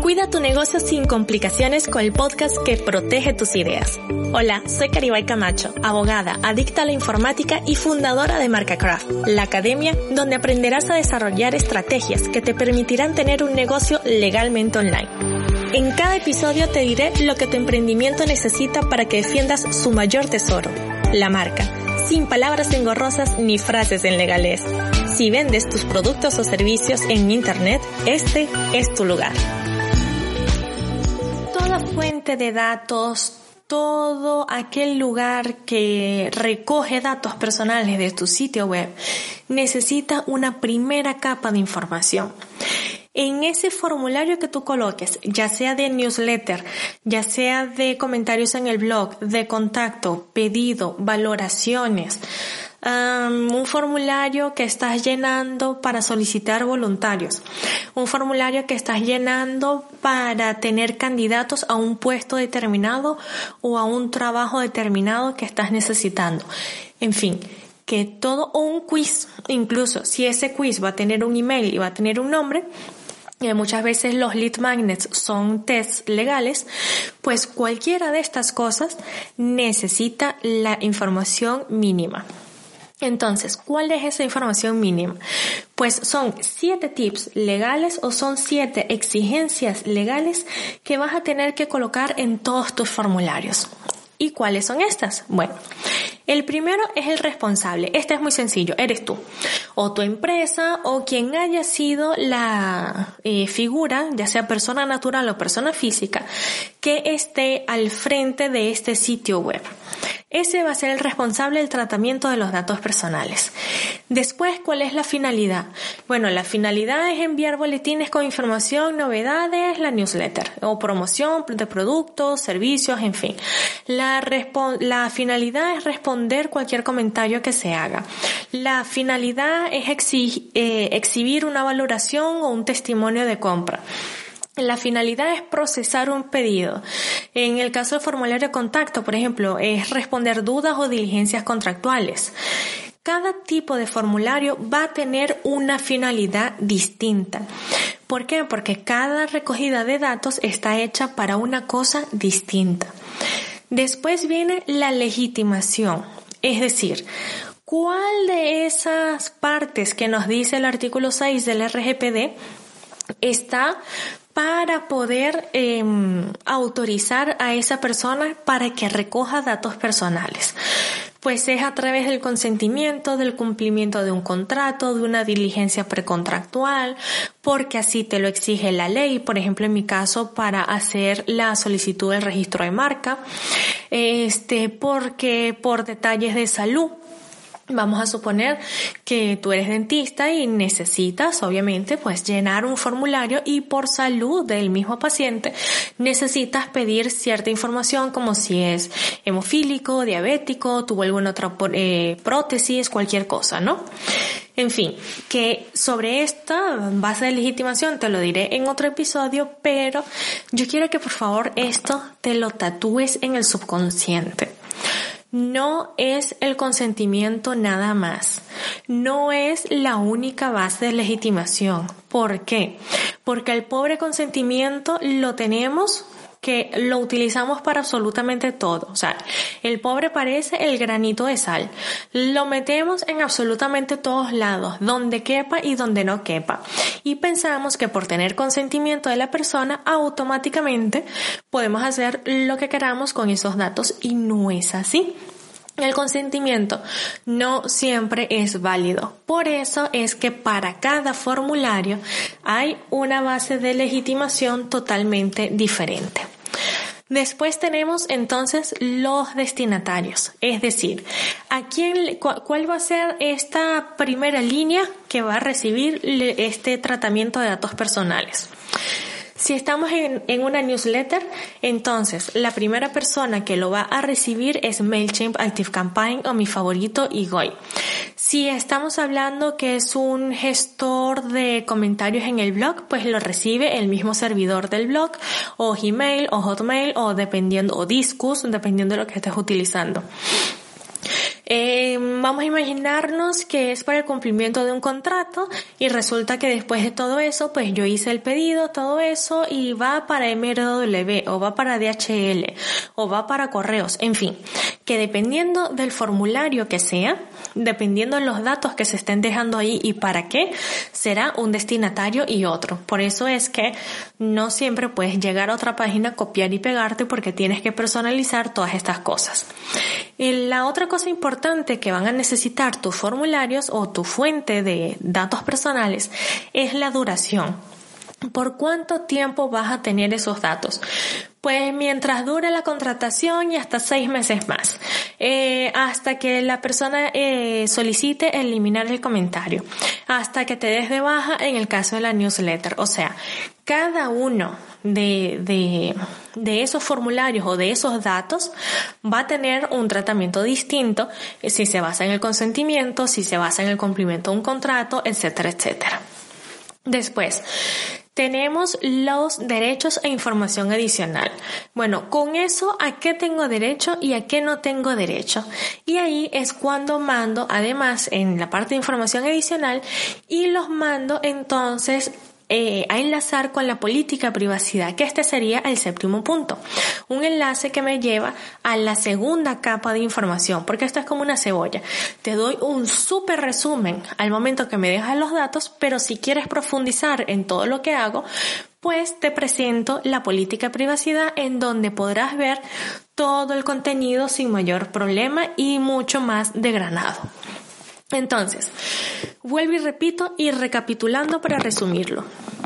Cuida tu negocio sin complicaciones con el podcast que protege tus ideas. Hola, soy Caribay Camacho, abogada, adicta a la informática y fundadora de MarcaCraft, la academia donde aprenderás a desarrollar estrategias que te permitirán tener un negocio legalmente online. En cada episodio te diré lo que tu emprendimiento necesita para que defiendas su mayor tesoro, la marca, sin palabras engorrosas ni frases en legalés. Si vendes tus productos o servicios en Internet, este es tu lugar. Toda fuente de datos, todo aquel lugar que recoge datos personales de tu sitio web, necesita una primera capa de información. En ese formulario que tú coloques, ya sea de newsletter, ya sea de comentarios en el blog, de contacto, pedido, valoraciones, un formulario que estás llenando para solicitar voluntarios, un formulario que estás llenando para tener candidatos a un puesto determinado o a un trabajo determinado que estás necesitando. En fin, que todo, o un quiz, incluso si ese quiz va a tener un email y va a tener un nombre, muchas veces los lead magnets son tests legales, pues cualquiera de estas cosas necesita la información mínima. Entonces, ¿cuál es esa información mínima? Pues son 7 tips legales o son 7 exigencias legales que vas a tener que colocar en todos tus formularios. ¿Y cuáles son estas? Bueno, el primero es el responsable. Este es muy sencillo, eres tú o tu empresa o quien haya sido la figura, ya sea persona natural o persona física, que esté al frente de este sitio web. Ese va a ser el responsable del tratamiento de los datos personales. Después, ¿cuál es la finalidad? Bueno, la finalidad es enviar boletines con información, novedades, la newsletter o promoción de productos, servicios, en fin. La finalidad es responder cualquier comentario que se haga. La finalidad es exhibir una valoración o un testimonio de compra. La finalidad es procesar un pedido. En el caso del formulario de contacto, por ejemplo, es responder dudas o diligencias contractuales. Cada tipo de formulario va a tener una finalidad distinta. ¿Por qué? Porque cada recogida de datos está hecha para una cosa distinta. Después viene la legitimación, es decir, ¿cuál de esas partes que nos dice el artículo 6 del RGPD está para poder autorizar a esa persona para que recoja datos personales? Pues es a través del consentimiento, del cumplimiento de un contrato, de una diligencia precontractual, porque así te lo exige la ley. Por ejemplo, en mi caso, para hacer la solicitud del registro de marca, porque por detalles de salud. Vamos a suponer que tú eres dentista y necesitas, obviamente, pues llenar un formulario y por salud del mismo paciente necesitas pedir cierta información como si es hemofílico, diabético, tuvo alguna otra prótesis, cualquier cosa, ¿no? En fin, que sobre esta base de legitimación te lo diré en otro episodio, pero yo quiero que por favor esto te lo tatúes en el subconsciente. No es el consentimiento nada más. No es la única base de legitimación. ¿Por qué? Porque el pobre consentimiento lo tenemos, que lo utilizamos para absolutamente todo. O sea, el pobre parece el granito de sal. Lo metemos en absolutamente todos lados, donde quepa y donde no quepa. Y pensamos que por tener consentimiento de la persona, automáticamente podemos hacer lo que queramos con esos datos y no es así. El consentimiento no siempre es válido. Por eso es que para cada formulario hay una base de legitimación totalmente diferente. Después tenemos entonces los destinatarios, es decir, ¿cuál va a ser esta primera línea que va a recibir este tratamiento de datos personales? Si estamos en una newsletter, entonces la primera persona que lo va a recibir es MailChimp, ActiveCampaign o mi favorito, Igoi. Si estamos hablando que es un gestor de comentarios en el blog, pues lo recibe el mismo servidor del blog, o Gmail, o Hotmail, o Disqus, dependiendo de lo que estés utilizando. Vamos a imaginarnos que es para el cumplimiento de un contrato y resulta que después de todo eso, pues yo hice el pedido, todo eso, y va para MRW o va para DHL o va para correos, en fin, que dependiendo del formulario que sea, dependiendo de los datos que se estén dejando ahí y para qué, será un destinatario y otro. Por eso es que no siempre puedes llegar a otra página, copiar y pegarte, porque tienes que personalizar todas estas cosas. Y la otra cosa importante que van a necesitar tus formularios o tu fuente de datos personales es la duración. ¿Por cuánto tiempo vas a tener esos datos? Pues mientras dure la contratación y hasta 6 meses más, hasta que la persona solicite eliminar el comentario, hasta que te des de baja en el caso de la newsletter. O sea, cada uno de esos formularios o de esos datos va a tener un tratamiento distinto si se basa en el consentimiento, si se basa en el cumplimiento de un contrato, etcétera, etcétera. Después, tenemos los derechos e información adicional. Bueno, con eso, ¿a qué tengo derecho y a qué no tengo derecho? Y ahí es cuando mando, además, en la parte de información adicional, y los mando entonces a enlazar con la política de privacidad, que este sería el 7º punto. Un enlace que me lleva a la segunda capa de información, porque esto es como una cebolla. Te doy un súper resumen al momento que me dejas los datos, pero si quieres profundizar en todo lo que hago, pues te presento la política de privacidad, en donde podrás ver todo el contenido sin mayor problema y mucho más desgranado. Entonces, vuelvo y repito y recapitulando para resumirlo.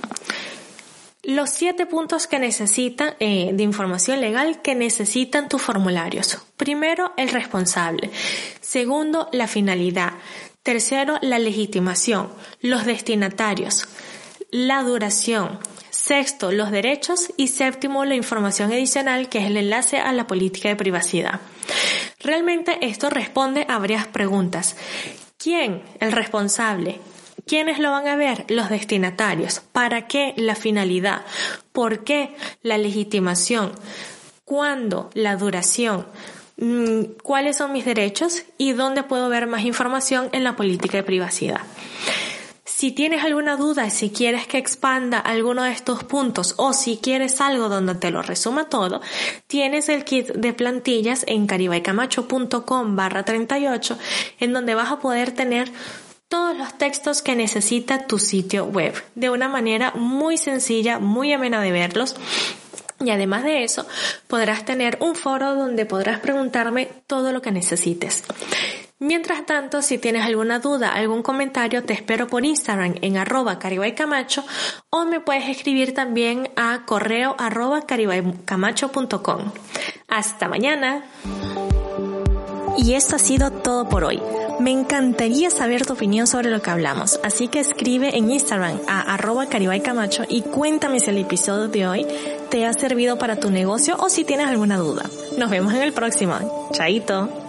Los 7 puntos que necesitan de información legal que necesitan tus formularios. Primero, el responsable. Segundo, la finalidad. Tercero, la legitimación. Los destinatarios. La duración. Sexto, los derechos. Y séptimo, la información adicional, que es el enlace a la política de privacidad. Realmente esto responde a varias preguntas. ¿Quién? El responsable. ¿Quiénes lo van a ver? Los destinatarios. ¿Para qué? La finalidad. ¿Por qué? La legitimación. ¿Cuándo? La duración. ¿Cuáles son mis derechos? ¿Y dónde puedo ver más información en la política de privacidad? Si tienes alguna duda, si quieres que expanda alguno de estos puntos o si quieres algo donde te lo resuma todo, tienes el kit de plantillas en caribaycamacho.com/38, en donde vas a poder tener todos los textos que necesita tu sitio web de una manera muy sencilla, muy amena de verlos. Y además de eso, podrás tener un foro donde podrás preguntarme todo lo que necesites. Mientras tanto, si tienes alguna duda, algún comentario, te espero por Instagram en @caribaycamacho, o me puedes escribir también a correo @caribaycamacho.com. ¡Hasta mañana! Y esto ha sido todo por hoy. Me encantaría saber tu opinión sobre lo que hablamos, así que escribe en Instagram a @caribaycamacho y cuéntame si el episodio de hoy te ha servido para tu negocio o si tienes alguna duda. Nos vemos en el próximo. Chaito.